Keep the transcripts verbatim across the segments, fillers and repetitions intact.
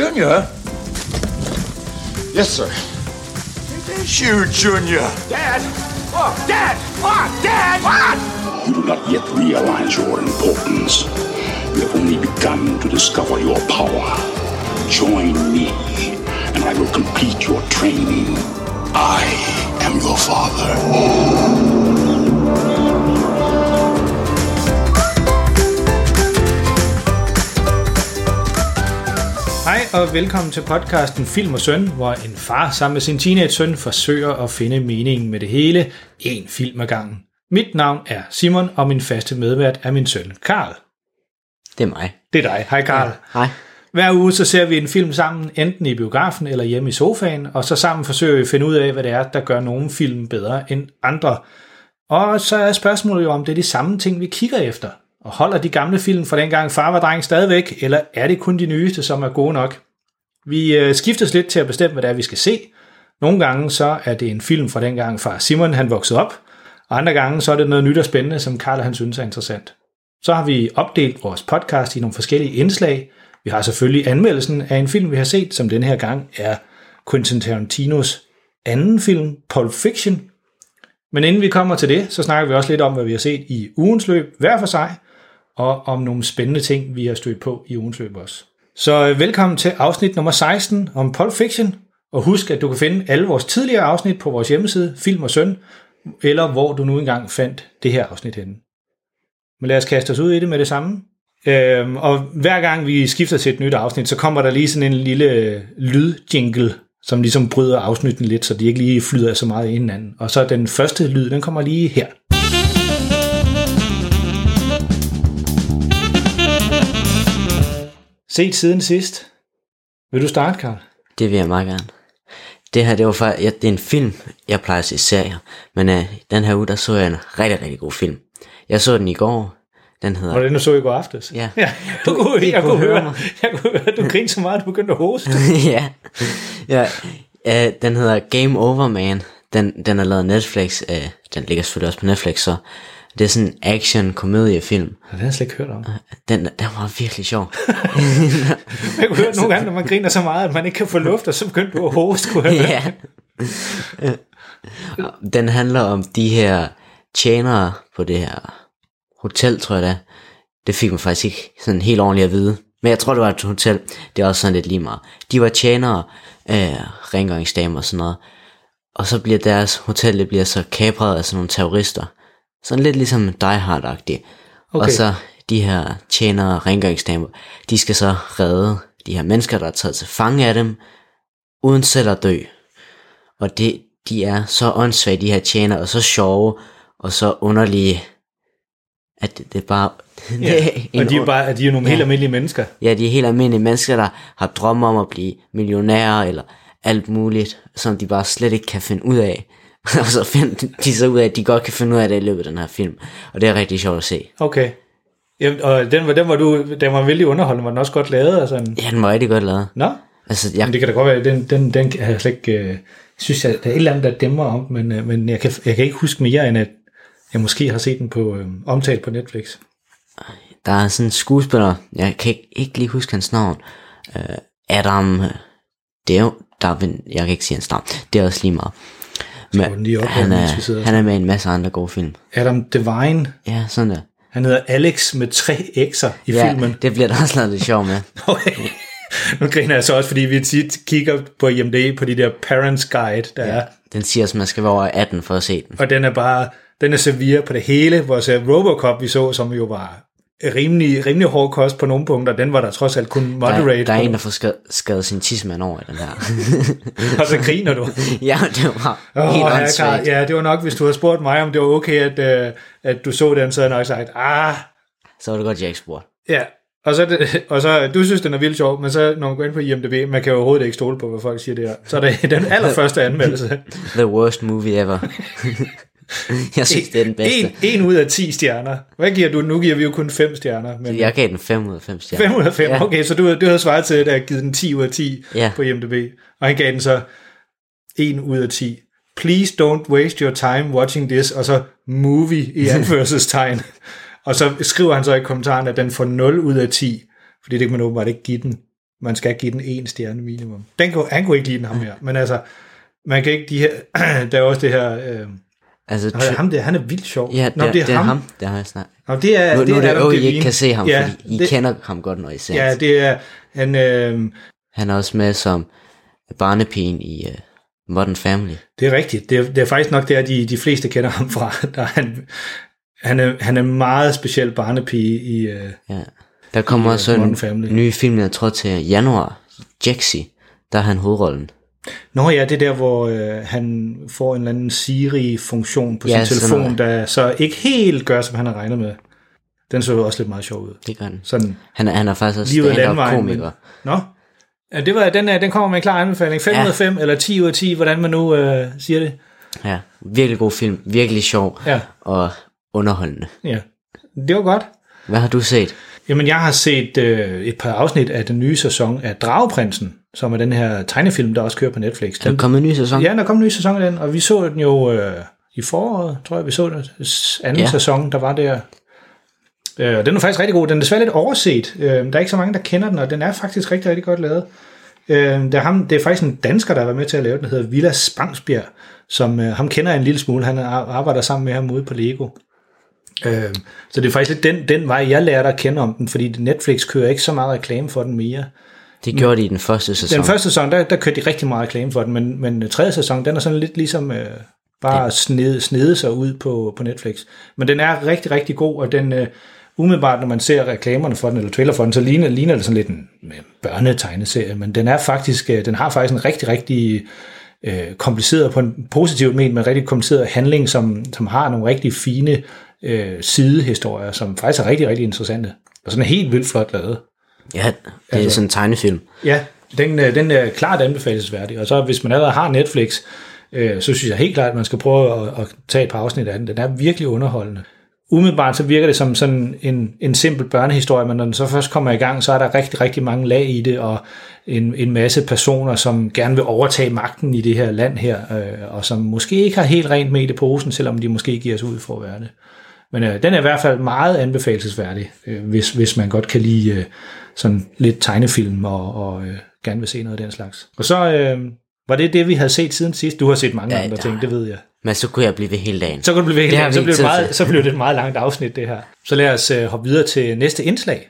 Junior? Yes, sir. It is you, Junior. Dad! Oh, Dad! Oh, Dad! What? You do not yet realize your importance. You have only begun to discover your power. Join me, and I will complete your training. I am your father. Hej og velkommen til podcasten Film og Søn, hvor en far sammen med sin teenage-søn forsøger at finde meningen med det hele, en film ad gangen. Mit navn er Simon, og min faste medvært er min søn, Karl. Det er mig. Det er dig. Hej Karl. Ja, hej. Hver uge så ser vi en film sammen, enten i biografen eller hjemme i sofaen, og så sammen forsøger vi at finde ud af, hvad det er, der gør nogle film bedre end andre. Og så er spørgsmålet jo, om det er de samme ting, vi kigger efter. Og holder de gamle film fra dengang far var dreng stadigvæk, eller er det kun de nyeste, som er gode nok? Vi øh, skiftes lidt til at bestemme, hvad det er, vi skal se. Nogle gange så er det en film fra dengang far Simon han voksede op, og andre gange så er det noget nyt og spændende, som Karl han synes er interessant. Så har vi opdelt vores podcast i nogle forskellige indslag. Vi har selvfølgelig anmeldelsen af en film, vi har set, som den her gang er Quentin Tarantinos anden film, Pulp Fiction. Men inden vi kommer til det, så snakker vi også lidt om, hvad vi har set i ugens løb, hver for sig, og om nogle spændende ting, vi har stødt på i ugens løb også. Så velkommen til afsnit nummer seksten om Pulp Fiction, og husk, at du kan finde alle vores tidligere afsnit på vores hjemmeside, Film og Søn, eller hvor du nu engang fandt det her afsnit henne. Men lad os kaste os ud i det med det samme. Øhm, og hver gang vi skifter til et nyt afsnit, så kommer der lige sådan en lille lydjingle, som ligesom bryder afsnitten lidt, så de ikke lige flyder så meget i hinanden. Og så den første lyd, den kommer lige her. Set siden sidst. Vil du starte, Karl? Det vil jeg meget gerne. Det her, det var faktisk, ja, det er en film, jeg plejer at se serier, men uh, den her uge, der så jeg en rigtig, rigtig god film. Jeg så den i går. Den hedder... Var det den, du så i går aftes? Ja. ja. Du, du, jeg, jeg, kunne høre, mig. jeg kunne høre, du grinte så meget, at du begyndte at hoste. ja. ja. Uh, den hedder Game Over Man. Den, den er lavet af Netflix. Uh, den ligger selvfølgelig også på Netflix, så det er sådan en action-komediefilm. Det har jeg slet ikke hørt om. Den, den var virkelig sjov. Jeg kunne høre nogle gange, når man griner så meget, at man ikke kan få luft, og så begyndte du at hoste. ja. Den handler om de her tjenere på det her hotel, tror jeg det er. Det fik man faktisk ikke sådan helt ordentligt at vide. Men jeg tror, det var et hotel. Det er også sådan lidt lige meget. De var tjenere, øh, rengøringsdamer og sådan noget. Og så bliver deres hotel, det bliver så kapret af sådan nogle terrorister. Sådan lidt ligesom Die Hard-agtigt. Okay. Og så de her tjenere, rengøringsdamer, de skal så redde de her mennesker, der er taget til fange af dem, uden selv at dø. Og det, de er så åndssvage, de her tjenere, og så sjove, og så underlige, at det, det er bare... Ja, og de er, bare, de er nogle ja. helt almindelige mennesker. Ja, de er helt almindelige mennesker, der har drømme om at blive millionærer, eller alt muligt, som de bare slet ikke kan finde ud af. Og så finder de så ud af, at de godt kan finde ud af det i løbet af den her film. Og det er rigtig sjovt at se. Okay. Jamen, og den var, den var du, den var vældig underholdende, var den også godt lavet? Altså en... Ja, den var rigtig godt lavet. Nå? Altså, jeg... Men det kan da godt være, den, den, den har jeg slet ikke... Øh, synes jeg, der er et eller andet, der dæmmer om, men, øh, men jeg, kan, jeg kan ikke huske mere, end at jeg måske har set den på øh, omtalt på Netflix. Der er sådan en skuespiller, jeg kan ikke, ikke lige huske hans navn. Uh, Adam... Det er jo... Der, jeg kan ikke sige hans navn. Det er også lige meget. Men op, han, er, han er med i en masse andre gode film. Adam Devine. Ja, sådan der. Han hedder Alex med tre X'er i ja, filmen. Det bliver der også lavet lidt sjov med. Okay. Nu griner jeg så også, fordi vi tit kigger på I M D B på de der Parents Guide, der ja, er. Den siger, at man skal være over atten for at se den. Og den er bare, den er severe på det hele. Vores Robocop, vi så, som jo var rimelig, rimelig hård kost på nogle punkter, den var der trods alt kun moderate. Der, der er en, der får skadet, skadet sin tidsmand over i den her. Og så griner du. Ja, det var oh, helt ja, Karl, ja, det var nok, hvis du havde spurgt mig, om det var okay, at, uh, at du så den, så havde jeg nok sagt, ah. Så var det godt, jeg ikke spurgte. Ja, og så, det, og så, du synes, den er vildt sjov, men så når man går ind på I M D B, man kan jo overhovedet ikke stole på, hvad folk siger der. Så er det den allerførste anmeldelse. The worst movie ever. Jeg synes, det er den bedste. En, en ud af ti stjerner. Hvad giver du? Nu giver vi jo kun fem stjerner. Men jeg gav den fem ud af fem stjerner. fem ud af fem, ja. Okay, så du, du havde svaret til, at jeg havde givet den ti ud af ti ja. På I M D B. Og han gav den så en ud af ti. Please don't waste your time watching this, og så movie i anførselstegn. Og så skriver han så i kommentaren, at den får nul ud af ti, fordi det kan man åbenbart ikke give den. man skal give den en stjerne minimum. Den kunne, han kunne ikke lide den, ham her. Men altså, man kan ikke de her... der er også det her... Øh, altså, Nå, ham der, han er vildt sjov. Ja, Nå, det, det er det er ham. ham. Det har jeg snakket. Nå, det er, nu, det nu er det Adam jo, I Devine. ikke kan se ham, ja, fordi I det, kender ham godt, når I ser. Ja, det er... Han, øh, han er også med som barnepigen i uh, Modern Family. Det er rigtigt. Det er, det er faktisk nok der, de, de fleste kender ham fra. Der er han, han, er, han er en meget speciel barnepige i... Øh, ja. Der kommer i, også en ny film, jeg tror til januar. Jaxi, der er han hovedrollen. Nå ja, det er der, hvor øh, han får en eller anden Siri-funktion på ja, sin telefon, der så ikke helt gør, som han har regnet med. Den så jo også lidt meget sjov ud. Det gør den. Sådan, han, er, han er faktisk også stand-up-komiker. Nå, ja, det var, den, er, den kommer med en klar anbefaling. fem ud af fem eller ti ud af ti, hvordan man nu øh, siger det. Ja, virkelig god film. Virkelig sjov ja. og underholdende. Ja, det var godt. Hvad har du set? Jamen, jeg har set øh, et par afsnit af den nye sæson af Drageprinsen, som er den her tegnefilm, der også kører på Netflix. Den, er der kommet en ny sæson? Ja, der er kommet en ny sæson af den, og vi så den jo øh, i foråret, tror jeg, vi så den anden ja. sæson, der var der. Øh, den er faktisk rigtig god. Den er desværre lidt overset. Øh, der er ikke så mange, der kender den, og den er faktisk rigtig, rigtig godt lavet. Øh, det, er ham, det er faktisk en dansker, der har været med til at lave den, der hedder Vilas Spangsbjerg, som øh, ham kender en lille smule. Han arbejder sammen med ham ude på Lego. Øh, så det er faktisk lidt den, den vej, jeg lærte at kende om den, fordi Netflix kører ikke så meget reklame for den mere. Det gjorde de i den første sæson. Den første sæson, der, der kørte de rigtig meget reklame for den, men, men tredje sæson, den er sådan lidt ligesom øh, bare det. snede, snede sig ud på, på Netflix. Men den er rigtig, rigtig god, og den... Øh, umiddelbart, når man ser reklamerne for den, eller trailer for den, så ligner, ligner det sådan lidt en børnetegneserie, men den er faktisk, den har faktisk en rigtig, rigtig øh, kompliceret, på en positiv men, men rigtig kompliceret handling, som, som har nogle rigtig fine øh, sidehistorier, som faktisk er rigtig, rigtig interessante. Og sådan helt vildt flot lavet. Ja, det er altså, sådan en tegnefilm. Ja, den, den er klart anbefalesværdig, og så hvis man allerede har Netflix, øh, så synes jeg helt klart, at man skal prøve at, at tage et par afsnit af den. Den er virkelig underholdende. Umiddelbart så virker det som sådan en, en simpel børnehistorie, men når den så først kommer i gang, så er der rigtig, rigtig mange lag i det, og en, en masse personer, som gerne vil overtage magten i det her land her, øh, og som måske ikke har helt rent med i det posen, selvom de måske giver sig ud for at være det. Men øh, den er i hvert fald meget anbefalesværdig, øh, hvis, hvis man godt kan lide øh, sådan lidt tegnefilm, og, og øh, gerne vil se noget af den slags. Og så øh, var det det, vi havde set siden sidst. Du har set mange ja, andre ja. ting, det ved jeg. Men så kunne jeg blive ved hele dagen. Så kunne du blive ved hele dagen. Så blev, det meget, så blev det et meget langt afsnit, det her. Så lad os uh, hoppe videre til næste indslag.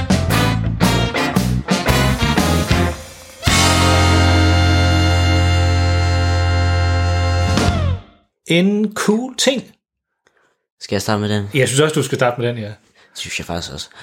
En cool ting. Skal jeg starte med den? Jeg synes også, du skal starte med den, ja. Det synes jeg faktisk også.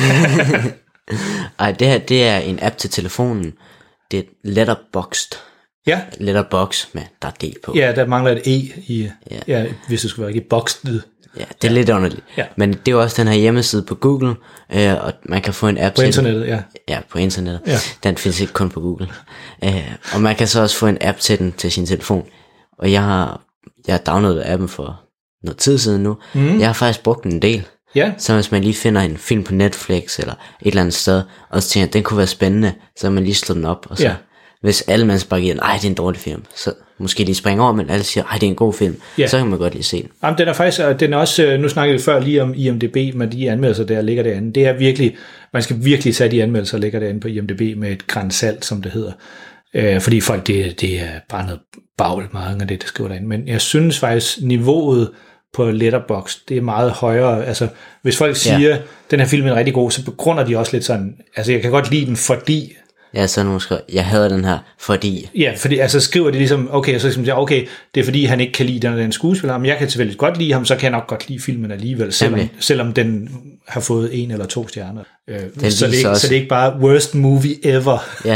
Ej, det her, det er en app til telefonen. Det er Letterboxd. Ja. Letterbox med der er D på. Ja, der mangler et E i, ja. Ja, hvis det skulle være ikke boxed. Ja, det er ja. lidt underligt. Ja. Men det er jo også den her hjemmeside på Google, øh, og man kan få en app på til internettet, den. ja. Ja, på internettet. Ja. Den findes ikke kun på Google. Øh, og man kan så også få en app til den til sin telefon. Og jeg har jeg har downloadet appen for noget tid siden nu. Mm. Jeg har faktisk brugt den en del. Ja. Så hvis man lige finder en film på Netflix eller et eller andet sted, og så tænker den kunne være spændende, så man lige slår den op, og så ja. Hvis alle mennesker bare giver den, ej det er en dårlig film, så måske de springer over, men alle siger, ej det er en god film, ja. Så kan man godt lige se den. Jamen den er faktisk, den er også, nu snakkede vi før lige om I M D B, med de anmeldelser der ligger derinde, det er virkelig, man skal virkelig tage de anmeldelser, der ligger derinde på I M D B med et gran salt, som det hedder, øh, fordi folk, det, det er bare noget bagl, mange af det, der skriver derinde, men jeg synes faktisk, niveauet på Letterboxd, det er meget højere, altså hvis folk siger, ja. Den her film er rigtig god, så begrunder de også lidt sådan, altså jeg kan godt lide den, fordi Ja, så nu skal jeg hader den her, fordi... Ja, fordi altså skriver de ligesom, okay, så siger okay, det er fordi han ikke kan lide den, den skuespiller, men jeg kan selvfølgelig godt lide ham, så kan jeg nok godt lide filmen alligevel, selvom, selvom den har fået en eller to stjerner. Øh, så, det ikke, også... så det er ikke bare worst movie ever. Ja,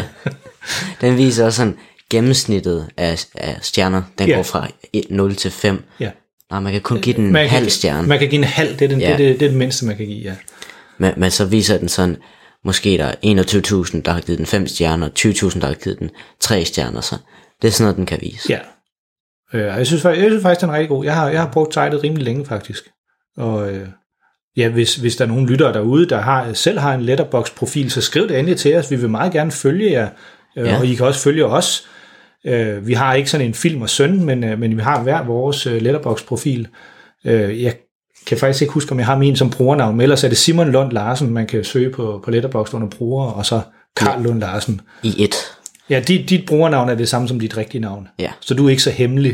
den viser også sådan gennemsnittet af, af stjerner, den ja. går fra nul til fem. Ja. Nej, man kan kun give den en halv stjerne. Man kan give en halv, det er, den, ja. det, er det, det er det mindste, man kan give, ja. Men, men så viser den sådan, måske der er enogtyve tusind, der har givet den fem stjerner, tyve tusind, der har givet den tre stjerner, så det er sådan noget, den kan vise. Ja, øh, jeg, synes, jeg synes faktisk, den er rigtig god. Jeg har, jeg har brugt sitet rimelig længe, faktisk. Og øh, ja, hvis, hvis der er nogen lyttere derude, der har, selv har en Letterboxd-profil, så skriv det endelig til os. Vi vil meget gerne følge jer, øh, ja. Og I kan også følge os. Øh, vi har ikke sådan en film og søn, men, øh, men vi har hver vores øh, Letterboxd-profil. Øh, jeg kan faktisk ikke huske, om jeg har min som brugernavn, men ellers er det Simon Lund Larsen, man kan søge på, på Letterboxd under bruger, og så Carl Lund Larsen. I et. Ja, dit, dit brugernavn er det samme som dit rigtige navn. Ja. Så du er ikke så hemmelig.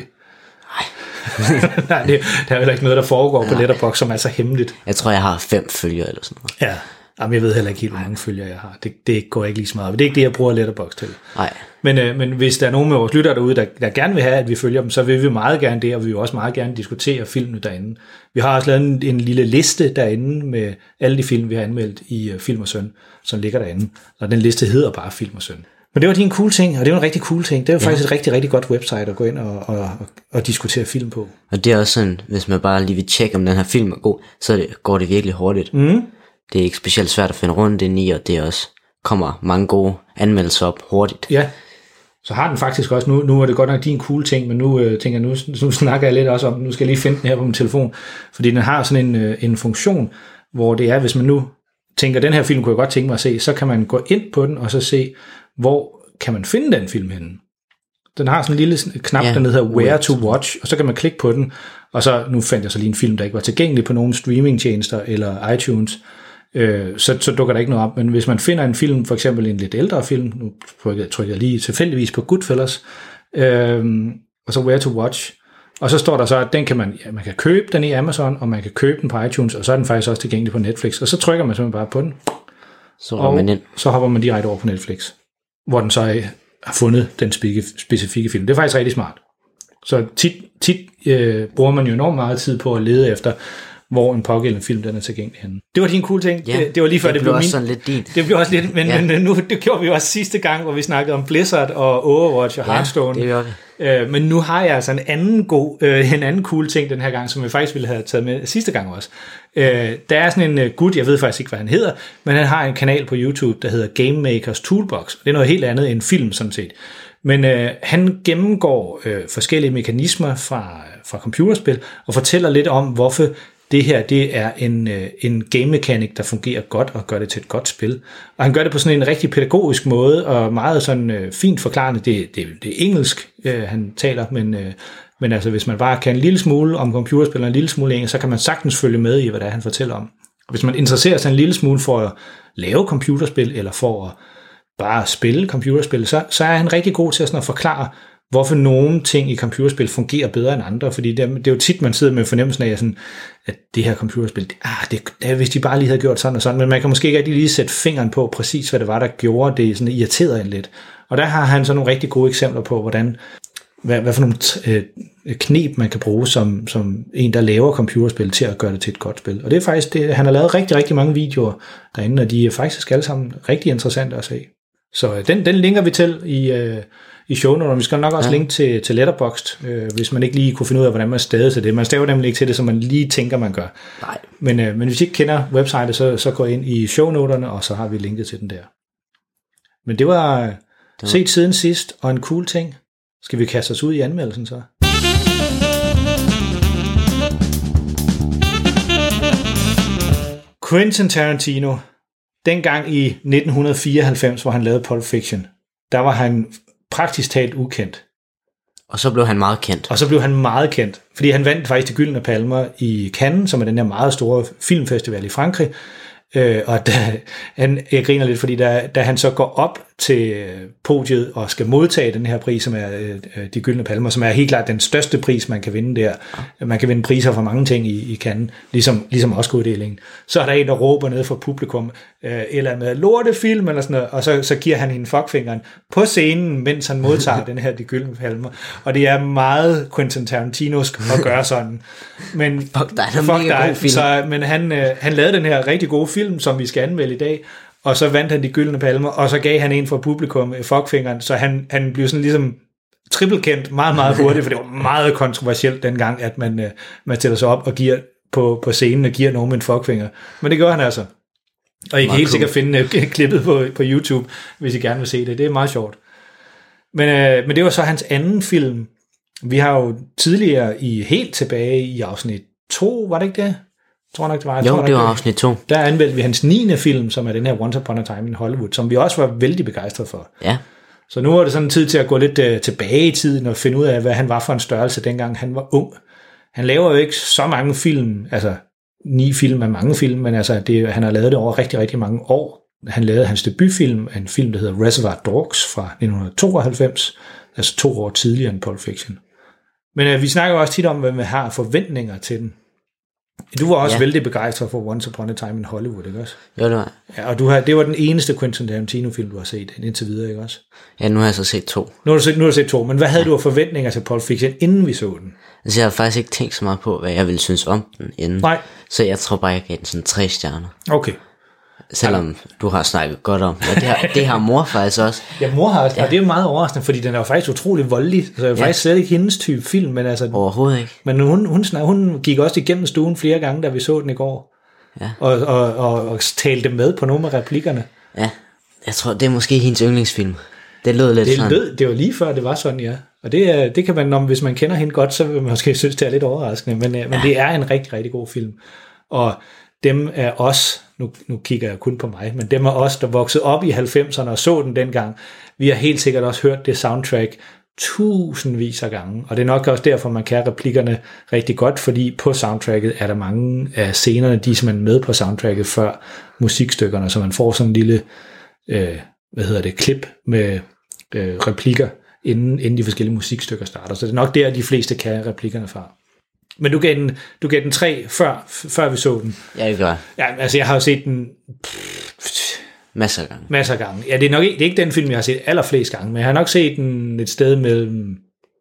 Nej. Nej, det, der er heller ikke noget, der foregår på Letterboxd, som er så hemmeligt. Jeg tror, jeg har fem følgere eller sådan noget. Ja, jamen, jeg ved heller ikke helt, hvor mange følgere jeg har. Det, det går ikke lige så meget. Det er ikke det, jeg bruger Letterboxd til. Nej. Men, øh, men hvis der er nogen af vores lyttere derude, der, der gerne vil have, at vi følger dem, så vil vi meget gerne det, og vi vil også meget gerne diskutere filmene derinde. Vi har også lavet en, en lille liste derinde med alle de film, vi har anmeldt i uh, Film og Søn, som ligger derinde. Og den liste hedder bare Film og Søn. Men det var din cool ting, og det var en rigtig cool ting. Det er jo ja. faktisk et rigtig, rigtig godt website at gå ind og, og, og, og diskutere film på. Og det er også sådan, hvis man bare lige vil tjekke, om den her film er god, så det, går det virkelig hurtigt. Mm. Det er ikke specielt svært at finde rundt ind i, og det er også kommer mange gode anmeldelser op hurtigt. Ja, så har den faktisk også, nu, nu er det godt nok din cool ting, men nu øh, tænker jeg, nu, nu snakker jeg lidt også om, nu skal jeg lige finde den her på min telefon, fordi den har sådan en, øh, en funktion, hvor det er, hvis man nu tænker, den her film kunne jeg godt tænke mig at se, så kan man gå ind på den, og så se, hvor kan man finde den film henne. Den har sådan en lille knap, ja, der hedder Where to Watch, og så kan man klikke på den, og så, nu fandt jeg så lige en film, der ikke var tilgængelig på nogen streamingtjenester eller iTunes, øh, så, så dukker der ikke noget op, men hvis man finder en film, for eksempel en lidt ældre film, nu trykker jeg lige tilfældigvis på Goodfellas, øh, og så Where to Watch, og så står der så, at den kan man, ja, man kan købe den i Amazon, og man kan købe den på iTunes, og så er den faktisk også tilgængelig på Netflix, og så trykker man simpelthen bare på den, så hopper man ind. Så hopper man direkte over på Netflix, hvor den så har fundet den specifikke film. Det er faktisk rigtig smart. Så tit, tit øh, bruger man jo enormt meget tid på at lede efter, hvor en pågældende film den er tilgængelig henne. Det var din cool ting. Ja, det, det var lige før det, det blev også min. Sådan lidt din. Det blev også lidt, men, ja. men nu det gjorde vi jo også sidste gang, hvor vi snakkede om Blizzard og Overwatch og Hearthstone. Ja, det gjorde vi. Øh, men nu har jeg altså en anden god, øh, en anden cool ting den her gang, som jeg faktisk ville have taget med sidste gang også. Øh, der er sådan en uh, gut, jeg ved faktisk ikke, hvad han hedder, men han har en kanal på YouTube, der hedder Game Makers Toolbox. Det er noget helt andet end film sådan set. Men øh, han gennemgår øh, forskellige mekanismer fra, fra computerspil og fortæller lidt om, hvorfor det her det er en, øh, en game mechanic, der fungerer godt og gør det til et godt spil. Og han gør det på sådan en rigtig pædagogisk måde og meget sådan øh, fint forklarende. Det, det, det er engelsk, øh, han taler, men, øh, men altså hvis man bare kan en lille smule om computerspil og en lille smule engelsk, så kan man sagtens følge med i, hvad det er, han fortæller om. Og hvis man interesserer sig en lille smule for at lave computerspil eller for at bare spille computerspil, så, så er han rigtig god til at, sådan at forklare, hvorfor nogle ting i computerspil fungerer bedre end andre, fordi det er, det er jo tit, man sidder med fornemmelsen af, sådan, at det her computerspil, det, ah, det, det, hvis de bare lige havde gjort sådan og sådan, men man kan måske ikke rigtig lige sætte fingeren på præcis, hvad det var, der gjorde det, sådan irriterede en lidt. Og der har han så nogle rigtig gode eksempler på, hvordan, hvad, hvad for nogle øh, knep, man kan bruge som, som en, der laver computerspil til at gøre det til et godt spil. Og det er faktisk, det, han har lavet rigtig, rigtig mange videoer derinde, og de er faktisk alle sammen rigtig interessante at se. Så den, den linker vi til i, øh, i shownoterne. Vi skal nok også ja. linke til, til Letterboxd, øh, hvis man ikke lige kunne finde ud af, hvordan man staver til det. Man staver nemlig ikke til det, som man lige tænker, man gør. Nej. Men, øh, men hvis I ikke kender websitet, så, så gå ind i shownoterne, og så har vi linket til den der. Men det var, det var set siden sidst, og en cool ting. Skal vi kaste os ud i anmeldelsen så? Quentin Tarantino. Dengang i nitten fireoghalvfems, hvor han lavede Pulp Fiction, der var han praktisk talt ukendt. Og så blev han meget kendt. Og så blev han meget kendt, fordi han vandt faktisk de Gyldne Palmer i Cannes, som er den her meget store filmfestival i Frankrig. Øh, og da, han, jeg griner lidt, fordi da, da han så går op til podiet og skal modtage den her pris, som er øh, de Gyldne Palmer, som er helt klart den største pris, man kan vinde der. Man kan vinde priser for mange ting i, i Cannes, ligesom, ligesom Oscar-uddelingen. Så er der en, der råber ned fra publikum, øh, eller med lortefilm, eller sådan noget, og så, så giver han hende fuckfingeren på scenen, mens han modtager den her de Gyldne Palmer. Og det er meget Quentin Tarantinosk at gøre sådan. Men, fuck dig, fuck dig. Så, men han, øh, han lavede den her rigtig gode film, som vi skal anmelde i dag, og så vandt han de Gyldne Palmer, og så gav han en fra publikum fuckfingeren, så han, han blev sådan ligesom trippelkendt meget, meget hurtigt, for det var meget kontroversielt dengang, at man, man stiller sig op og giver på, på scenen og giver nogen en fuckfinger. Men det gør han altså. Og I kan helt sikkert finde uh, klippet på, på YouTube, hvis I gerne vil se det. Det er meget sjovt. Men, uh, men det var så hans anden film. Vi har jo tidligere i helt tilbage i afsnit to, var det ikke det? Tror nok, det var. Jeg jo, tror, det var det, afsnit to. Der anmeldte vi hans niende film, som er den her Once Upon a Time in Hollywood, som vi også var vældig begejstrede for. Ja. Så nu er det sådan en tid til at gå lidt uh, tilbage i tiden og finde ud af, hvad han var for en størrelse, dengang han var ung. Han laver jo ikke så mange film, altså ni film er mange film, men altså det, han har lavet det over rigtig, rigtig mange år. Han lavede hans debutfilm, en film, der hedder Reservoir Dogs fra nitten tooghalvfems, altså to år tidligere end Pulp Fiction. Men øh, vi snakker også tit om, hvad man har forventninger til den. Du var også ja. vældig begejstret for Once Upon a Time in Hollywood, ikke også? Jo, det var. Ja, og du har, det var den eneste Quentin Tarantino-film, du har set indtil videre, ikke også? Ja, nu har jeg så set to. Nu har du set, nu har du set to, men hvad havde ja. du af forventninger til Pulp Fiction, inden vi så den? Altså, jeg har faktisk ikke tænkt så meget på, hvad jeg ville synes om den inden. Nej. Så jeg tror bare, jeg gav den sådan tre stjerner. Okay. Selvom ja. du har snakket godt om det. Det har, det har mor faktisk også. Ja, mor har også, ja. Og det er jo meget overraskende, fordi den er jo faktisk utrolig voldelig. Så det er ja. faktisk slet ikke hendes type film. Men altså, overhovedet ikke. Men hun, hun, hun, hun gik også igennem stuen flere gange, da vi så den i går. Ja. Og, og, og, og talte med på nogle af replikkerne. Ja, jeg tror, det er måske hendes yndlingsfilm. Det lød lidt det sådan. Lød, det var lige før, det var sådan, ja. Og det, det kan man, når, hvis man kender hende godt, så vil man måske synes, det er lidt overraskende. Men, ja. men det er en rigtig, rigtig god film. Og dem er os, nu, nu kigger jeg kun på mig, men dem er os, der voksede op i halvfemserne og så den dengang. Vi har helt sikkert også hørt det soundtrack tusindvis af gange. Og det er nok også derfor, man kan replikkerne rigtig godt, fordi på soundtracket er der mange af scenerne, de er simpelthen med på soundtracket før musikstykkerne, så man får sådan en lille, øh, hvad hedder det, klip med øh, replikker, inden, inden de forskellige musikstykker starter. Så det er nok der, de fleste kan replikkerne fra. Men du gav den, du gav den tre før, før vi så den. Ja, det gør. Ja, altså jeg har jo set den masser af gange. Masser af gange. Ja, det er nok ikke, det er ikke den film, jeg har set allerflest gange, men jeg har nok set den et sted mellem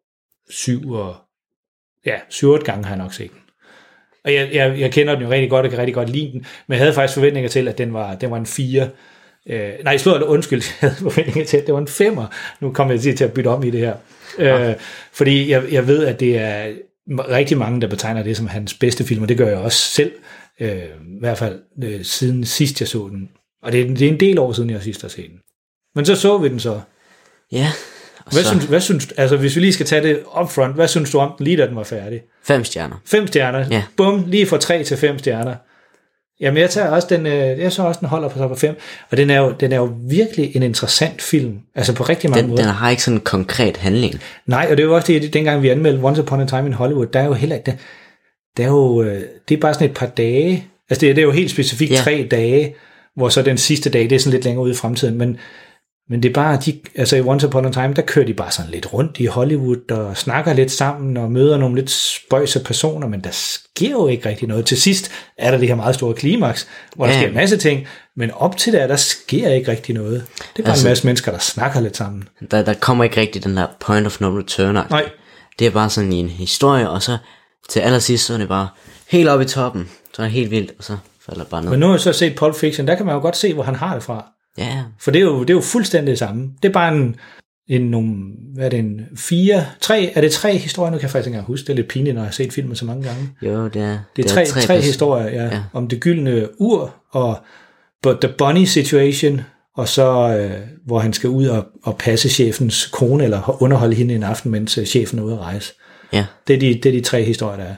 syv og ja, syv otte gange har jeg nok set den. Og jeg, jeg, jeg kender den jo rigtig godt og kan rigtig godt lide den, men jeg havde faktisk forventninger til, at den var, den var en fire. Øh, nej, slået undskyld, jeg havde forventninger til, at det var en femmer. Nu kommer jeg til at bytte om i det her. Ja. Øh, fordi jeg, jeg ved, at det er rigtig mange, der betegner det som hans bedste film, og det gør jeg også selv, øh, i hvert fald øh, siden sidst jeg så den. Og det er, det er en del år siden, jeg sidst har set den. Men så så vi den så. Ja. Hvad, så... synes, hvad synes du, altså hvis vi lige skal tage det upfront, hvad synes du om den lige da den var færdig? Fem stjerner. Fem stjerner. Ja. Bum, lige fra tre til fem stjerner. Jamen jeg tager også den, jeg så også den holder på så på fem, og den er jo, den er jo virkelig en interessant film, altså på rigtig mange den, måder. Den har ikke sådan en konkret handling. Nej, og det er jo også det, dengang vi anmeldte Once Upon a Time in Hollywood, der er jo heller ikke, der, der er jo, det er bare sådan et par dage, altså det, det er jo helt specifikt ja. tre dage, hvor så den sidste dag, det er sådan lidt længere ude i fremtiden, men Men det er bare, de, altså i Once Upon a Time, der kører de bare sådan lidt rundt i Hollywood og snakker lidt sammen og møder nogle lidt spøjse personer, men der sker jo ikke rigtig noget. Til sidst er der det her meget store klimaks, hvor der ja. sker en masse ting, men op til der, der sker ikke rigtig noget. Det er bare altså, en masse mennesker, der snakker lidt sammen. Der, der kommer ikke rigtig den der point of no return. Nej. Det er bare sådan en historie, og så til allersidst, så er det bare helt oppe i toppen. Så er det helt vildt, og så falder det bare ned. Men nu har jeg så set Pulp Fiction, der kan man jo godt se, hvor han har det fra. Ja. For det er jo, det er jo fuldstændig det samme. Det er bare en, en nogle, hvad er det, en fire, tre, er det tre historier? Nu kan jeg faktisk ikke engang huske, det er lidt pinligt, når jeg har set filmen så mange gange. Jo, det er. Det er tre, tre, tre historier, ja, ja. Om det gyldne ur, og The Bunny Situation, og så, øh, hvor han skal ud og, og passe chefens kone, eller underholde hende en aften, mens chefen er ude at rejse. Ja. Det er de, det er de tre historier, der er.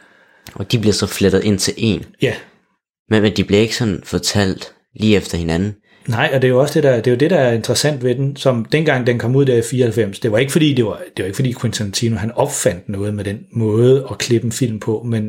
Og de bliver så flettet ind til en. Ja. Men, men de bliver ikke sådan fortalt lige efter hinanden. Nej, og det er jo også det der, det er jo det der er interessant ved den, som dengang den kom ud der i fireoghalvfems. Det var ikke fordi det var, det var ikke fordi Quentin Tarantino han opfandt noget med den måde at klippe en film på, men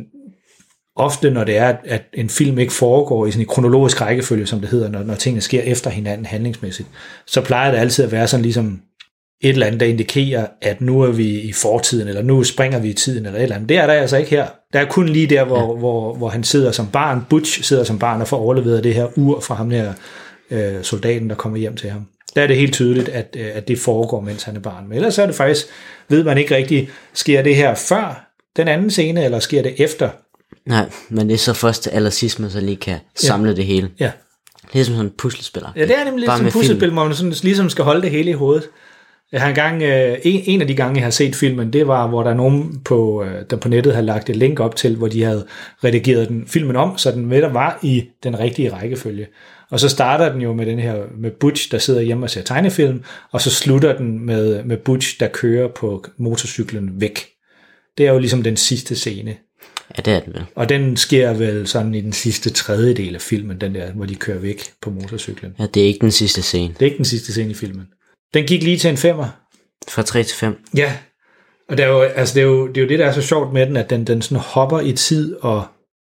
ofte når det er at en film ikke foregår i sådan en kronologisk rækkefølge, som det hedder, når, når tingene sker efter hinanden handlingsmæssigt, så plejer det altid at være sådan ligesom et eller andet, der indikerer, at nu er vi i fortiden, eller nu springer vi i tiden, eller et eller andet. Det er der altså ikke her. Der er kun lige der, hvor, ja. hvor, hvor han sidder som barn, Butch sidder som barn og får overleveret det her ur fra ham her øh, soldaten, der kommer hjem til ham. Der er det helt tydeligt, at, øh, at det foregår, mens han er barn. Men ellers er det faktisk, ved man ikke rigtigt, sker det her før den anden scene, eller sker det efter? Nej, men det er så først til allersidst, man så lige kan samle ja. det hele. Ja. Det er som sådan en puslespiller. Ja, det er nemlig lidt som en puslespil, hvor man sådan, ligesom skal holde det hele i hovedet. Jeg har engang, øh, en, en af de gange, jeg har set filmen, det var, hvor der er nogen på, øh, der på nettet har lagt et link op til, hvor de havde redigeret den filmen om, så den med der var i den rigtige rækkefølge. Og så starter den jo med den her, med Butch, der sidder hjemme og ser tegnefilm, og så slutter den med, med Butch, der kører på motorcyklen væk. Det er jo ligesom den sidste scene. Ja, det er den vel. Og den sker vel sådan i den sidste tredjedel af filmen, den der, hvor de kører væk på motorcyklen. Ja, det er ikke den sidste scene. Det er ikke den sidste scene i filmen. Den gik lige til en femmer. Fra tre til fem. Ja, og det er, jo, altså det, er jo, det er jo det, der er så sjovt med den, at den, den sådan hopper i tid, og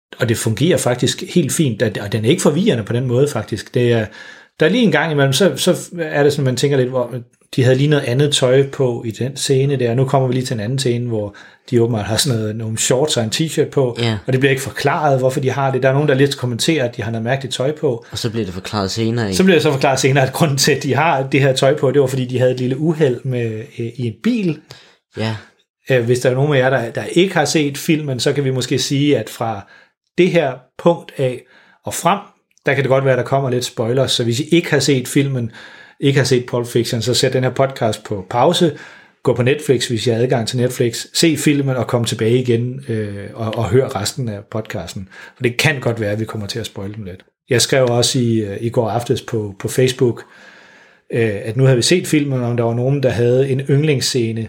og det fungerer faktisk helt fint, og den er ikke forvirrende på den måde faktisk. Det er, der er lige en gang imellem, så, så er det sådan, man tænker lidt, hvor de havde lige noget andet tøj på i den scene der, nu kommer vi lige til en anden scene, hvor de åbenbart har sådan noget, nogle shorts og en t-shirt på, yeah. og det bliver ikke forklaret, hvorfor de har det. Der er nogen, der lidt kommenterer, at de har noget mærkeligt tøj på. Og så bliver det forklaret senere. Ikke? Så bliver det så forklaret senere, at grunden til, at de har det her tøj på, det var, fordi de havde et lille uheld med, øh, i en bil. Ja. Yeah. Hvis der er nogen af jer, der, der ikke har set filmen, så kan vi måske sige, at fra det her punkt af og frem, der kan det godt være, der kommer lidt spoilers, så hvis I ikke har set filmen, ikke har set Pulp Fiction, så sæt den her podcast på pause, gå på Netflix, hvis I har adgang til Netflix, se filmen og kom tilbage igen øh, og, og hør resten af podcasten. For det kan godt være, at vi kommer til at spoile dem lidt. Jeg skrev også i, i går aftes på, på Facebook, øh, at nu havde vi set filmen, og der var nogen, der havde en yndlingsscene.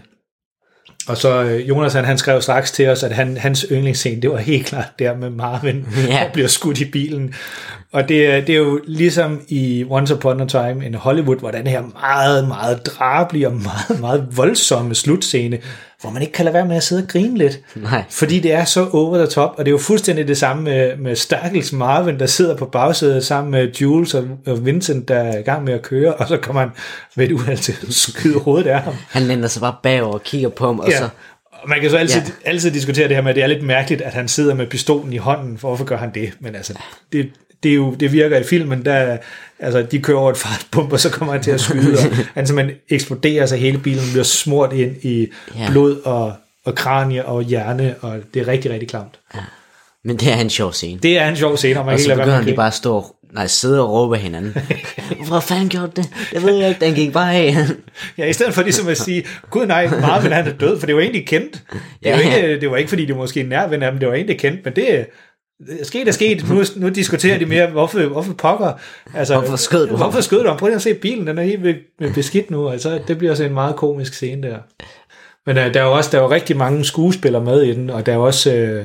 Og så øh, Jonas, han, han skrev straks til os, at han, hans yndlingsscene, det var helt klart der med Marvin, yeah. der bliver skudt i bilen. Og det, det er jo ligesom i Once Upon a Time in Hollywood, hvor den her meget, meget drabelige og meget, meget voldsomme slutscene, hvor man ikke kan lade være med at sidde og grine lidt. Nej. Fordi det er så over the top, og det er jo fuldstændig det samme med, med stakkels Marvin, der sidder på bagsædet sammen med Jules og, og Vincent, der er i gang med at køre, og så kommer han ved et uheld til at skyde hovedet af ham. Han lænder sig bare bagover og kigger på ham, og ja. så... Man kan så altid, ja. altid diskutere det her med, at det er lidt mærkeligt, at han sidder med pistolen i hånden. Hvorfor gør han det? Men altså, det, det, er jo, det virker i filmen, der altså, de kører over et fartpump, og så kommer han til at skyde, og han simpelthen eksploderer, så hele bilen bliver smurt ind i ja. blod og, og kranie og hjerne, og det er rigtig, rigtig klamt. Ja. Men det er en sjov scene. Det er en sjov scene, og man og kan så lade være begynder de bare at stå nej, sidde og råbe af hinanden. Hvorfor fanden gjorde det? Jeg ved ikke, den gik bare af. Ja, i stedet for ligesom at sige, gud nej, Marvin han er død, for det var egentlig kendt. Det, ja. var, ikke, det var ikke, fordi det måske er nærværende af dem, det var egentlig kendt, men det er sket er sket. Nu, nu diskuterer de mere, hvorfor, hvorfor pokker. Altså, hvorfor skød du Hvorfor skød du ham? Prøv lige at se bilen, den er helt beskidt nu. Altså, det bliver også en meget komisk scene der. Men uh, der er jo også der er jo rigtig mange skuespillere med i den, og der er også... Uh,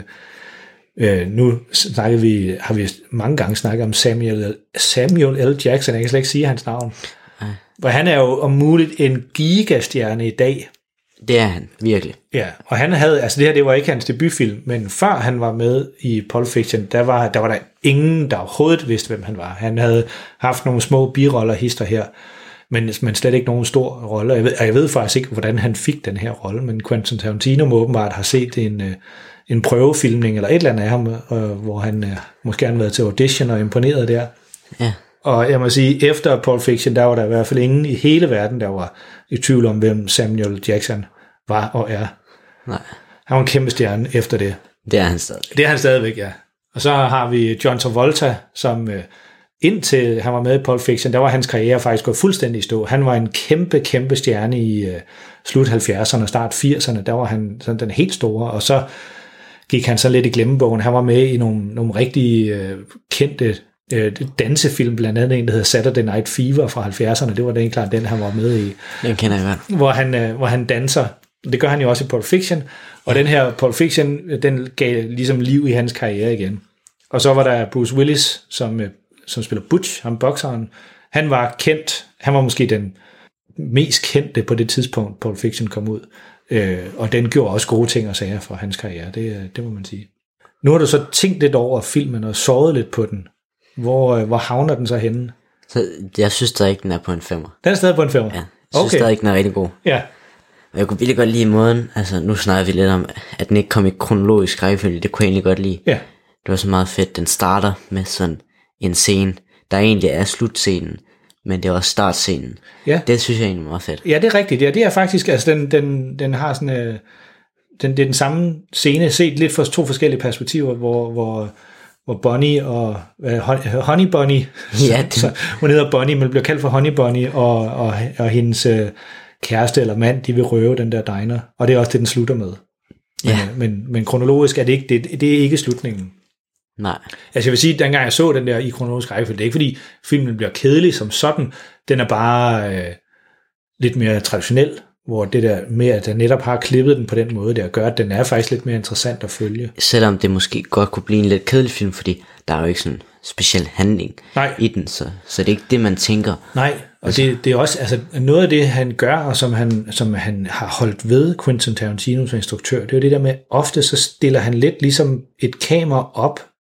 Uh, nu snakker vi, har vi mange gange snakket om Samuel, Samuel L. Jackson, jeg kan slet ikke sige hans navn. Ej. For han er jo om muligt en gigastjerne i dag. Det er han, virkelig. Ja, og han havde, altså det her, det var ikke hans debutfilm, men før han var med i Pulp Fiction, der var der, var der ingen, der overhovedet vidste, hvem han var. Han havde haft nogle små biroller hister her, men, men slet ikke nogen stor rolle. Jeg ved, jeg ved faktisk ikke, hvordan han fik den her rolle, men Quentin Tarantino må åbenbart have set en... en prøvefilmning eller et eller andet af ham, øh, hvor han øh, måske har været til audition og imponeret der. Ja. Og jeg må sige, efter Pulp Fiction, der var der i hvert fald ingen i hele verden, der var i tvivl om, hvem Samuel Jackson var og er. Nej. Han var en kæmpe stjerne efter det. Det er han stadig. Det er han stadigvæk, ja. Og så har vi John Travolta, som øh, indtil han var med i Pulp Fiction, der var hans karriere faktisk gået fuldstændig i stå. Han var en kæmpe, kæmpe stjerne i øh, slut halvfjerdserne og start firserne. Der var han sådan den helt store, og så gik han så lidt i glemmebogen. Han var med i nogle, nogle rigtig øh, kendte øh, dansefilm, blandt andet en, der hedder Saturday Night Fever fra halvfjerdserne. Det var den klart den, han var med i. Den kender jeg godt. Hvor han, øh, hvor han danser. Det gør han jo også i Pulp Fiction. Og ja. Den her Pulp Fiction, den gav ligesom liv i hans karriere igen. Og så var der Bruce Willis, som, øh, som spiller Butch, ham bokseren. Han var kendt. Han var måske den mest kendte på det tidspunkt, Pulp Fiction kom ud. Øh, og den gjorde også gode ting og sager for hans karriere, det, det må man sige. Nu har du så tænkt lidt over filmen og såret lidt på den. Hvor, hvor havner den så henne? Så jeg synes stadig ikke, den er på en femmer. Den er stadig på en femmer? Ja, jeg synes okay. stadig ikke, den er rigtig god. Ja. Og jeg kunne virkelig godt lide måden, altså nu snakker vi lidt om, at den ikke kom i kronologisk rækkefølge, det kunne jeg egentlig godt lide. Ja. Det var så meget fedt, den starter med sådan en scene, der egentlig er slutscenen, men det er også startscenen. Ja. Det synes jeg egentlig er meget fedt. Ja, det er rigtigt. Ja, det er faktisk, altså den, den, den har sådan, øh, den, det er den samme scene, set lidt fra to forskellige perspektiver, hvor, hvor, hvor Bonnie og, øh, Honey Bonnie, ja, det... så, hun hedder Bonnie, men bliver kaldt for Honey Bonnie, og, og, og hendes øh, kæreste eller mand, de vil røve den der diner, og det er også det, den slutter med. Men, ja. men, men kronologisk er det ikke, det, det er ikke slutningen. Nej. Altså jeg vil sige, at dengang jeg så den der i kronologisk rækkefølge, det er ikke fordi filmen bliver kedelig som sådan, den er bare øh, lidt mere traditionel, hvor det der med, at jeg netop har klippet den på den måde, der gør, at den er faktisk lidt mere interessant at følge. Selvom det måske godt kunne blive en lidt kedelig film, fordi der er jo ikke sådan en speciel handling Nej. i den, så, så det er ikke det, man tænker. Nej, og altså. det, det er også altså, noget af det, han gør, og som han, som han har holdt ved, Quentin Tarantino som instruktør, det er jo det der med, ofte så stiller han lidt ligesom et kamera op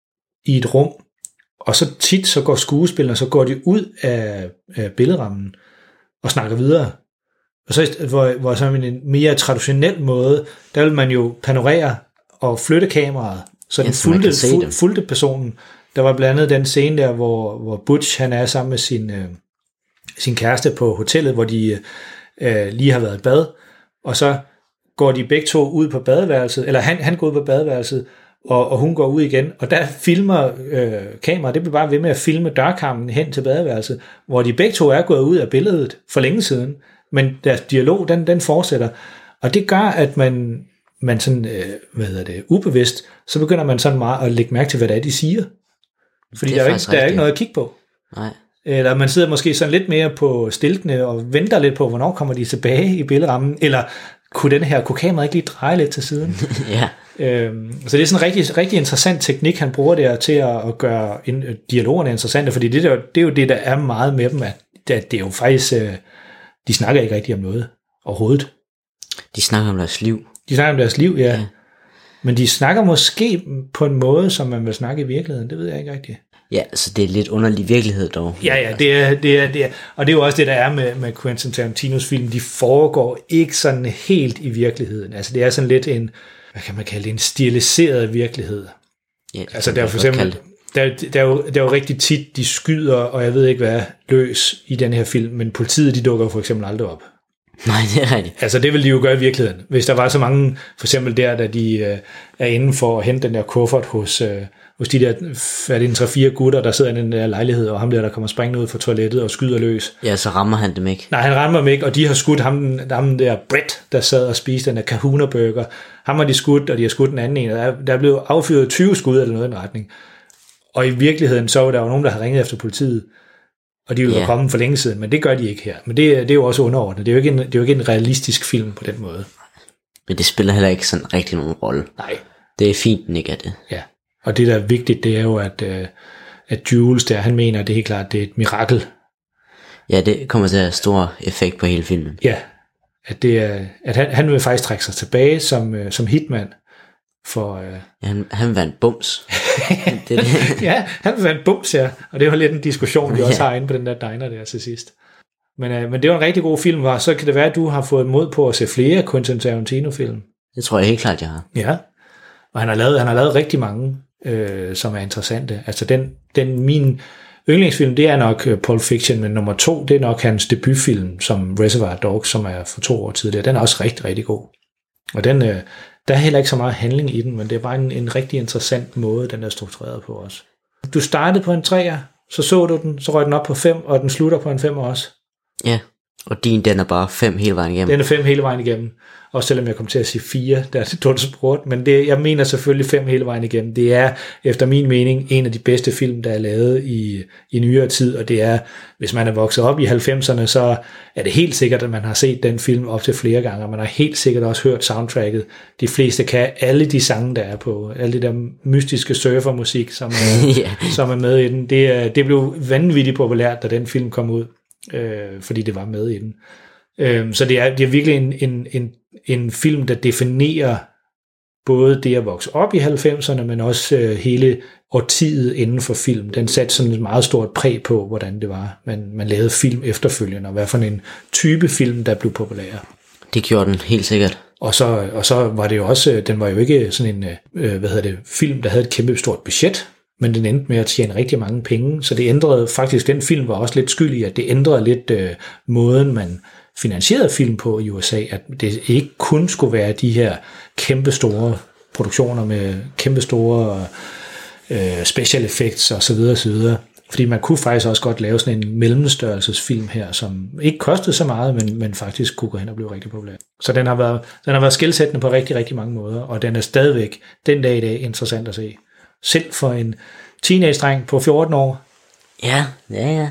i et rum, og så tit så går skuespillerne, så går de ud af, af billedrammen og snakker videre. Og så hvor, hvor så en mere traditionel måde, der vil man jo panorere og flytte kameraet, så den ja, fulgte, fuld, fulgte personen. Der var blandt andet den scene der, hvor, hvor Butch han er sammen med sin, øh, sin kæreste på hotellet, hvor de øh, lige har været i bad, og så går de begge to ud på badeværelset, eller han, han går ud på badeværelset, og, og hun går ud igen, og der filmer øh, kameraet, det bliver bare ved med at filme dørkarmen hen til badeværelset, hvor de begge to er gået ud af billedet for længe siden, men deres dialog, den, den fortsætter, og det gør, at man, man sådan, øh, hvad hedder det, ubevidst, så begynder man sådan meget at lægge mærke til, hvad det er, de siger. Fordi der er, ikke, der er ikke noget at kigge på. Nej. Eller man sidder måske sådan lidt mere på stiltene og venter lidt på, hvornår kommer de tilbage i billedrammen, eller kunne den her, kunne kameraet ikke lige dreje lidt til siden? Ja. Øhm, så det er sådan en rigtig, rigtig interessant teknik, han bruger der til at, at gøre en, dialogerne interessante, fordi det, der, det er jo det, der er meget med dem, at det, det er jo faktisk, øh, de snakker ikke rigtig om noget overhovedet. De snakker om deres liv. De snakker om deres liv, ja. ja. Men de snakker måske på en måde, som man vil snakke i virkeligheden, det ved jeg ikke rigtigt. Ja, så det er lidt underlig virkelighed dog. Ja, ja, det er, det er, det er, og det er jo også det, der er med, med Quentin Tarantinos film, de foregår ikke sådan helt i virkeligheden. Altså det er sådan lidt en, hvad kan man kalde det, en stiliseret virkelighed. Ja, altså der er for eksempel, der, der, er jo, der er jo rigtig tit, de skyder, og jeg ved ikke hvad, løs i den her film, men politiet, de dukker for eksempel aldrig op. Nej, det er rigtigt. Altså det ville de jo gøre i virkeligheden. Hvis der var så mange, for eksempel der, da de øh, er inde for at hente den der kuffert hos, øh, hos de der, er det en tre-fire gutter, der sidder i den der lejlighed, og ham der, der kommer springende ud fra toilettet og skyder løs. Ja, så rammer han dem ikke. Nej, han rammer dem ikke, og de har skudt ham, ham der Brett, der sad og spiste den der Kahuna Burger. Ham har de skudt, og de har skudt den anden en, og der, der er blevet affyret tyve skud eller noget i den retning. Og i virkeligheden, så var der jo nogen, der har ringet efter politiet, og de ville yeah. være kommet for længe siden, men det gør de ikke her. Men det, det er jo også underordnet. Det er jo ikke en, det er jo ikke en realistisk film på den måde. Men det spiller heller ikke sådan rigtig nogen rolle. Nej. Det er fint, ikke af det. Ja, og det der er vigtigt, det er jo, at, at Jules der, han mener, at det er helt klart, det er et mirakel. Ja, det kommer til at have stor effekt på hele filmen. Ja, at, det er, at han, han vil faktisk trække sig tilbage som, som hitman. For, øh... ja, han, han vandt bums. det, det. Ja, han vandt bums, ja. Og det var lidt en diskussion, vi også ja. har inde på den der diner der til sidst. Men, øh, men det var en rigtig god film, var. Så kan det være, at du har fået mod på at se flere Quentin Tarantino-film. Det tror jeg helt klart, jeg har. Ja, og han har lavet, han har lavet rigtig mange, øh, som er interessante. Altså den, den min yndlingsfilm, det er nok Pulp Fiction, men nummer to, det er nok hans debutfilm, som Reservoir Dogs, som er for to år tidligere. Den er også rigtig, rigtig god. Og den... Øh, Der er heller ikke så meget handling i den, men det er bare en, en rigtig interessant måde, den er struktureret på os. Du startede på en treer, så så du den, så røg den op på fem, og den slutter på en fem også. Ja, og din, den er bare fem hele vejen igennem. Den er fem hele vejen igennem. Også selvom jeg kom til at sige fire, der er det du spurgte, men det, jeg mener selvfølgelig fem hele vejen igennem. Det er, efter min mening, en af de bedste film, der er lavet i, i nyere tid, og det er, hvis man er vokset op i halvfemserne, så er det helt sikkert, at man har set den film op til flere gange, og man har helt sikkert også hørt soundtracket. De fleste kan alle de sange, der er på, alle de der mystiske surfermusik, som er, yeah. som er med i den. Det, det blev vanvittigt populært, da den film kom ud, øh, fordi det var med i den. Så det er, det er virkelig en, en, en, en film, der definerer både det at vokse op i halvfemserne, men også øh, hele årtiet inden for film. Den satte sådan et meget stort præg på, hvordan det var, man, man lavede film efterfølgende, og hvad for en type film, der blev populær. Det gjorde den helt sikkert. Og så, og så var det jo også, den var jo ikke sådan en øh, hvad hedder det, film, der havde et kæmpe stort budget, men den endte med at tjene rigtig mange penge, så det ændrede faktisk, den film var også lidt skyld i, at det ændrede lidt øh, måden, man finansierede film på i U S A, at det ikke kun skulle være de her kæmpe store produktioner med kæmpe store øh, special effects og så videre og så videre. Fordi man kunne faktisk også godt lave sådan en mellemstørrelsesfilm her, som ikke kostede så meget, men, men faktisk kunne gå hen og blive rigtig populær. Så den har været, den har været skelsættende på rigtig, rigtig mange måder, og den er stadigvæk den dag i dag interessant at se. Selv for en teenage-dreng på fjorten år. Ja, ja, ja.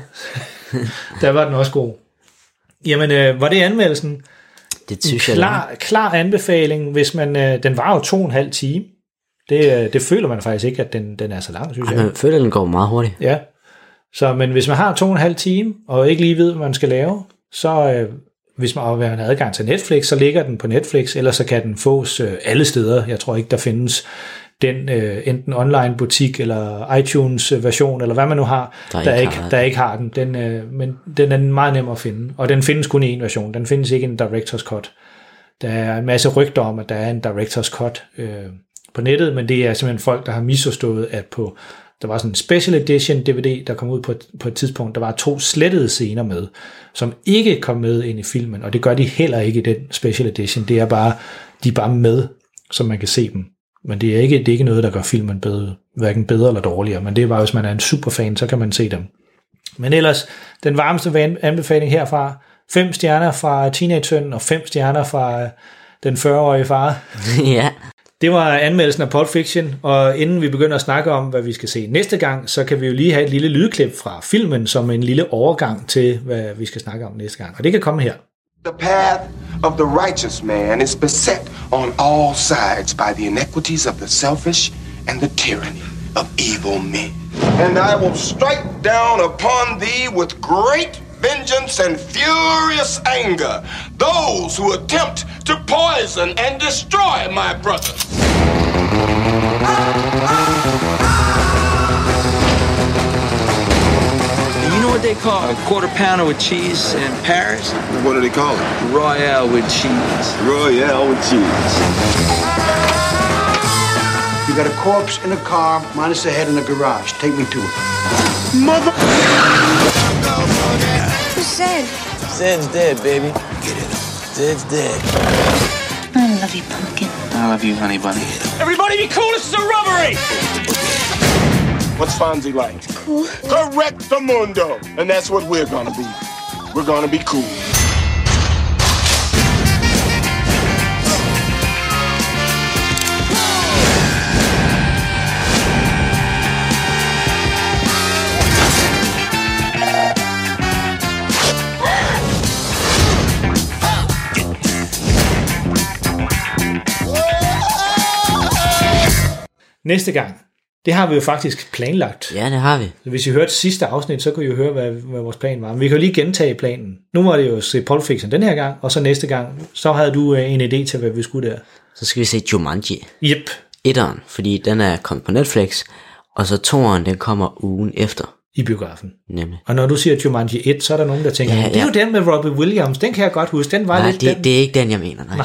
Der var den også god. Jamen, øh, var det anmeldelsen? Det synes jeg klar, klar anbefaling, hvis man, øh, den var jo to og en halv time. Det, øh, det føler man faktisk ikke, at den, den er så lang, synes Ej, jeg. Man føler, at den går meget hurtigt. Ja, så, men hvis man har to og en halv time, og ikke lige ved, hvad man skal lave, så øh, hvis man har adgang til Netflix, så ligger den på Netflix, eller så kan den fås øh, alle steder. Jeg tror ikke, der findes den øh, enten online butik eller iTunes version, eller hvad man nu har, der, der, ikke, har der ikke har den. den øh, men den er meget nem at finde, og den findes kun i en version. Den findes ikke i en Director's Cut. Der er en masse rygter om, at der er en Director's Cut øh, på nettet, men det er simpelthen folk, der har misforstået, at på der var sådan en special edition D V D, der kom ud på et, på et tidspunkt, der var to slettede scener med, som ikke kom med ind i filmen, og det gør de heller ikke i den special edition. Det er bare, de er bare med, så man kan se dem. Men det er ikke, det er ikke noget, der gør filmen bedre, hverken bedre eller dårligere, men det er bare, hvis man er en superfan, så kan man se dem. Men ellers, den varmeste anbefaling herfra, fem stjerner fra Teenage-sønnen, og fem stjerner fra den fyrre-årige far. Ja. Det var anmeldelsen af Pulp Fiction, og inden vi begynder at snakke om, hvad vi skal se næste gang, så kan vi jo lige have et lille lydklip fra filmen, som en lille overgang til, hvad vi skal snakke om næste gang. Og det kan komme her. The path of the righteous man is beset on all sides by the inequities of the selfish and the tyranny of evil men. And I will strike down upon thee with great vengeance and furious anger those who attempt to poison and destroy my brothers. You know what they call a quarter pounder with cheese in Paris? What do they call it? Royale with cheese. Royale with cheese. You got a corpse in a car, minus the head in the garage. Take me to it. Mother... Who's Zed? Zed's dead, baby. Zed's dead. I love you, Pumpkin. I love you, honey bunny. Everybody be cool, this is a robbery! What's Fonzie like? Cool. Correctamundo. And that's what we're gonna be. We're gonna be cool. Næste gang, det har vi jo faktisk planlagt. Ja, det har vi. Så hvis I hørte sidste afsnit, så kunne I jo høre, hvad, hvad vores plan var. Men vi kan jo lige gentage planen. Nu var det jo se Pulp Fiction den her gang, og så næste gang, så havde du en idé til, hvad vi skulle der. Så skal vi se Jumanji. Yep. Etteren, fordi den er kommet på Netflix, og så toeren, den kommer ugen efter. I biografen. Nemlig. Og når du siger Jumanji et, så er der nogen, der tænker, Ja, ja, det er ja. jo den med Robbie Williams, den kan jeg godt huske, den var Nej, lidt det, den. det er ikke den, jeg mener, nej.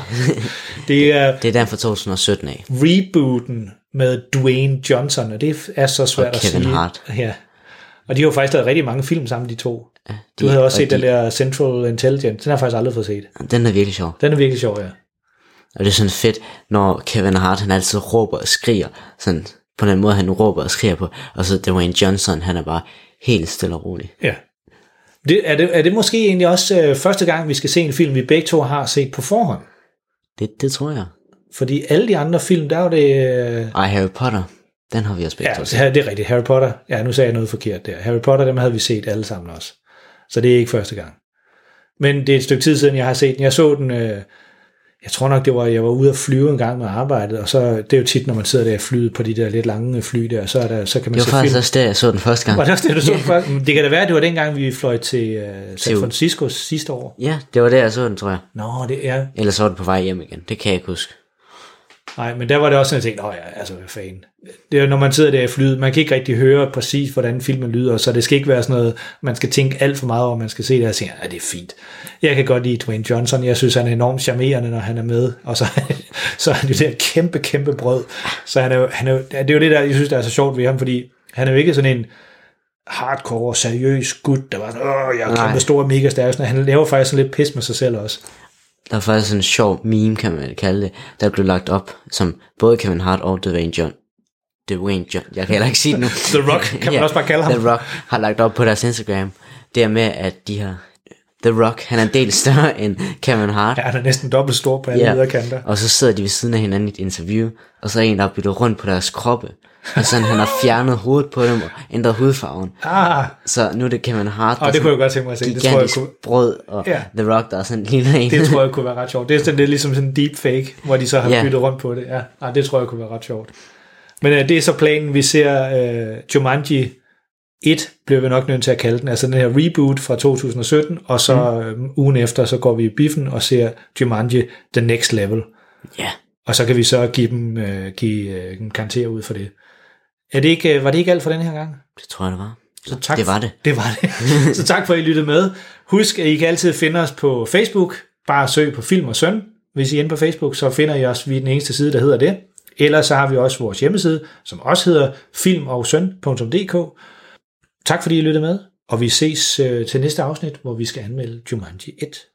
Det er, Det er den fra to tusind og sytten af. rebooten med Dwayne Johnson, og det er så svært Og at Kevin sige. Hart. Ja. Og de har jo faktisk lavet rigtig mange film sammen, de to. Ja, Du de- havde også og set de- den der Central Intelligence, den har jeg faktisk aldrig fået set. Den er virkelig sjov. Den er virkelig sjov, ja. Og det er sådan fedt, når Kevin Hart, han altid råber og skriger, sådan på den måde, han råber og skriger på, og så Dwayne Johnson, han er bare helt stille og rolig. Ja. Det, er, det, er det måske egentlig også øh, første gang, vi skal se en film, vi begge to har set på forhånd? Det, det tror jeg. Fordi alle de andre film, der er jo det... Øh, Ej, Harry Potter, den har vi også begge ja, to det set. er, det er rigtigt. Harry Potter, ja, nu sagde jeg noget forkert der. Harry Potter, dem havde vi set alle sammen også. Så det er ikke første gang. Men det er et stykke tid siden, jeg har set den. Jeg så den... Øh, jeg tror nok, det var, jeg var ude at flyve en gang med arbejdet, og så det er jo tit, når man sidder der i flyet på de der lidt lange fly der, så, er der, så kan man Det var se faktisk film. også der, jeg så den første gang. Var det også det, du så den først? Men det kan da være, at det var dengang, vi fløj til uh, San Seoul. Francisco sidste år. Ja, det var der, jeg så den, tror jeg. Nå, det er... Eller så var det på vej hjem igen. Det kan jeg ikke huske. Nej, men der var det også sådan, at jeg tænkte, åh ja, altså hvad fanden. Det er jo, når man sidder der i flyet, man kan ikke rigtig høre præcis, hvordan filmen lyder, så det skal ikke være sådan noget, man skal tænke alt for meget over, man skal se det og sige, ja, det er fint. Jeg kan godt lide Dwayne Johnson, jeg synes, han er enormt charmerende, når han er med, og så, så er han jo det der kæmpe, kæmpe brød. Så han er jo, han er jo, det er jo det der, jeg synes, der er så sjovt ved ham, fordi han er jo ikke sådan en hardcore, seriøs gut, der var sådan, åh, jeg er Nej. kæmpe stor og mega stærk. Han laver faktisk sådan lidt pis med sig selv også. Der er faktisk sådan en sjov meme, kan man kalde det, der blev lagt op, som både Kevin Hart og Dwayne John. Dwayne John, jeg kan heller ikke sige det nu. The Rock, kan man også bare kalde ham. The Rock har lagt op på deres Instagram. Det er med, at de har... The Rock, han er en del større end Kevin Hart. Ja, han er næsten dobbelt stor på alle Ja. yderkanter. Og så sidder de ved siden af hinanden i et interview, og så er en, der har byttet rundt på deres kroppe. Og sådan, han har fjernet hovedet på dem og ændret hudfarven. Ah, Så nu er det Kevin Hart, og det kunne jeg godt tænke mig at se. Det tror jeg gigantisk kunne, brød, og Ja. The Rock, der er sådan en lille en. det tror jeg kunne være ret sjovt. Det er sådan lidt ligesom sådan en deepfake, hvor de så har Ja. byttet rundt på det. Ja, ah, det tror jeg kunne være ret sjovt. Men uh, det er så planen, vi ser uh, Jumanji et, bliver vi nok nødt til at kalde den, altså den her reboot fra to tusind og sytten, og så mm. uh, ugen efter, så går vi i biffen og ser Jumanji The Next Level. Ja. Og så kan vi så give dem øh, give øh, en karakter ud for det. Er det ikke, var det ikke alt for den her gang? Det tror jeg, det var. Så tak, det var det. Det var det. Så tak for, at I lyttede med. Husk, at I kan altid finde os på Facebook. Bare søg på Film og Søn. Hvis I er inde på Facebook, så finder I os, vi er den eneste side, der hedder det. Ellers så har vi også vores hjemmeside, som også hedder film og søn punktum d k. Tak fordi I lyttede med, og vi ses øh, til næste afsnit, hvor vi skal anmelde Jumanji et.